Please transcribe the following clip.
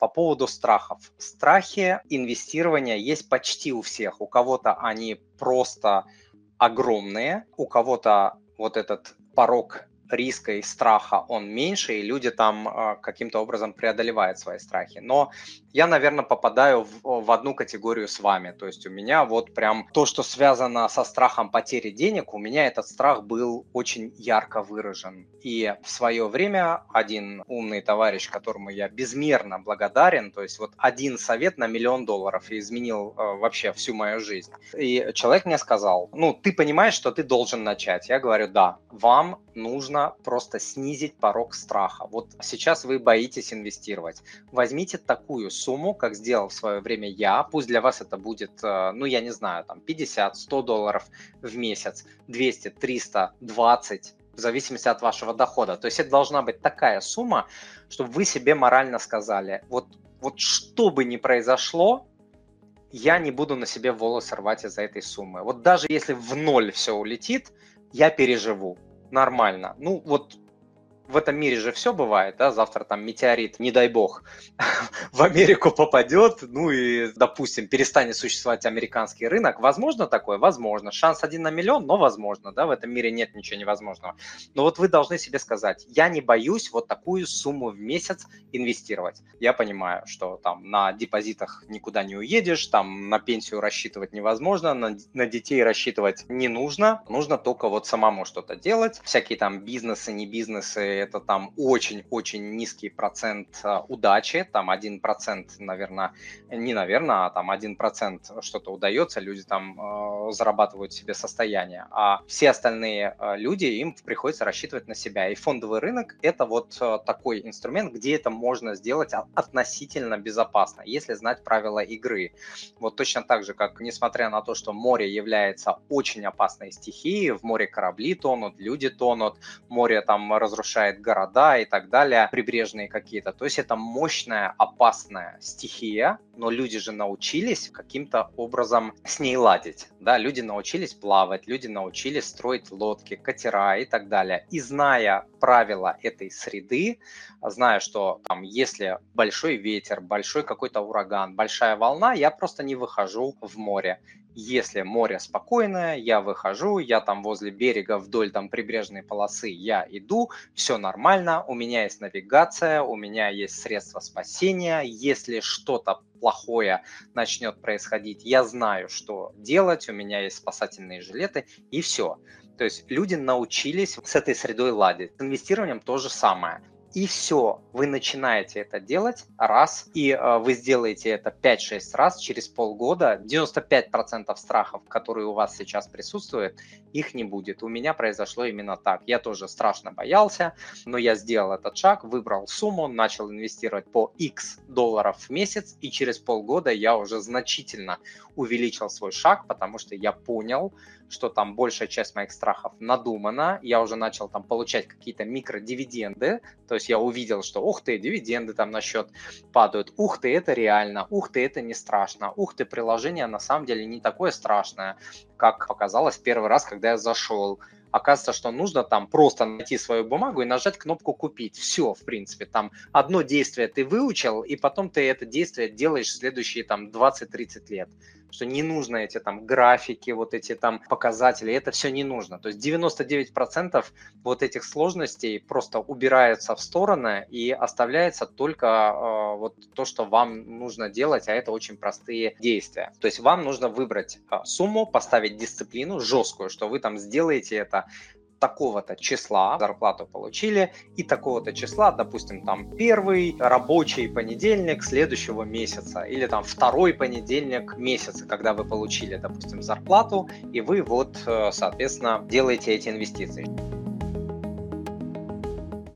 по поводу страхов. Страхи инвестирования есть почти у всех. У кого-то они просто огромные, у кого-то вот этот порог риска и страха, он меньше, и люди там каким-то образом преодолевают свои страхи. Но я, наверное, попадаю в одну категорию с вами. То есть у меня вот прям то, что связано со страхом потери денег, у меня этот страх был очень ярко выражен. И в свое время один умный товарищ, которому я безмерно благодарен, то есть вот один совет на $1 000 000 изменил вообще всю мою жизнь. И человек мне сказал, ты понимаешь, что ты должен начать. Я говорю, да, вам нужно просто снизить порог страха. Вот сейчас вы боитесь инвестировать. Возьмите такую сумму, как сделал в свое время я. Пусть для вас это будет, я не знаю, там $50-100 в месяц, 200, 300, 20, в зависимости от вашего дохода. То есть это должна быть такая сумма, чтобы вы себе морально сказали, вот что бы ни произошло, я не буду на себе волосы рвать из-за этой суммы. Вот даже если в ноль все улетит, я переживу. Нормально. В этом мире же все бывает, да, завтра там метеорит, не дай бог, в Америку попадет, и, допустим, перестанет существовать американский рынок. Возможно такое? Возможно. Шанс 1 на миллион, но возможно, да, в этом мире нет ничего невозможного. Но вот вы должны себе сказать, я не боюсь вот такую сумму в месяц инвестировать. Я понимаю, что там на депозитах никуда не уедешь, там на пенсию рассчитывать невозможно, на детей рассчитывать не нужно, нужно только вот самому что-то делать. Всякие там бизнесы, не бизнесы, это там очень-очень низкий процент удачи, там 1%, там 1% что-то удается, люди там зарабатывают себе состояние, а все остальные люди, им приходится рассчитывать на себя. И фондовый рынок – это вот такой инструмент, где это можно сделать относительно безопасно, если знать правила игры. Вот точно так же, как несмотря на то, что море является очень опасной стихией, в море корабли тонут, люди тонут, море там разрушает города и так далее, прибрежные какие-то. То есть это мощная, опасная стихия, но люди же научились каким-то образом с ней ладить. Да? Люди научились плавать, люди научились строить лодки, катера и так далее. И зная правила этой среды, зная, что там, если большой ветер, большой какой-то ураган, большая волна, я просто не выхожу в море. Если море спокойное, я выхожу, я там возле берега вдоль там прибрежной полосы, я иду, все нормально, у меня есть навигация, у меня есть средства спасения, если что-то плохое начнет происходить, я знаю, что делать, у меня есть спасательные жилеты и все. То есть люди научились с этой средой ладить. С инвестированием то же самое. И все, вы начинаете это делать раз, и вы сделаете это 5-6 раз, через полгода 95% страхов, которые у вас сейчас присутствуют, их не будет. У меня произошло именно так. Я тоже страшно боялся, но я сделал этот шаг, выбрал сумму, начал инвестировать по X долларов в месяц, и через полгода я уже значительно увеличил свой шаг, потому что я понял, что там большая часть моих страхов надумана, я уже начал там получать какие-то микродивиденды, то есть я увидел, что ух ты, дивиденды там на счет падают, ух ты, это реально, ух ты, это не страшно, ух ты, приложение на самом деле не такое страшное, как показалось первый раз, когда я зашел. Оказывается, что нужно там просто найти свою бумагу и нажать кнопку «Купить». Все, в принципе, там одно действие ты выучил, и потом ты это действие делаешь следующие там 20-30 лет. Что не нужно эти там графики, вот эти там показатели, это все не нужно. То есть 99% вот этих сложностей просто убираются в стороны и оставляется только вот то, что вам нужно делать, а это очень простые действия. То есть вам нужно выбрать сумму, поставить дисциплину жесткую, что вы там сделаете это такого-то числа, зарплату получили, и такого-то числа, допустим, там первый рабочий понедельник следующего месяца, или там второй понедельник месяца, когда вы получили, допустим, зарплату, и вы вот, соответственно, делаете эти инвестиции.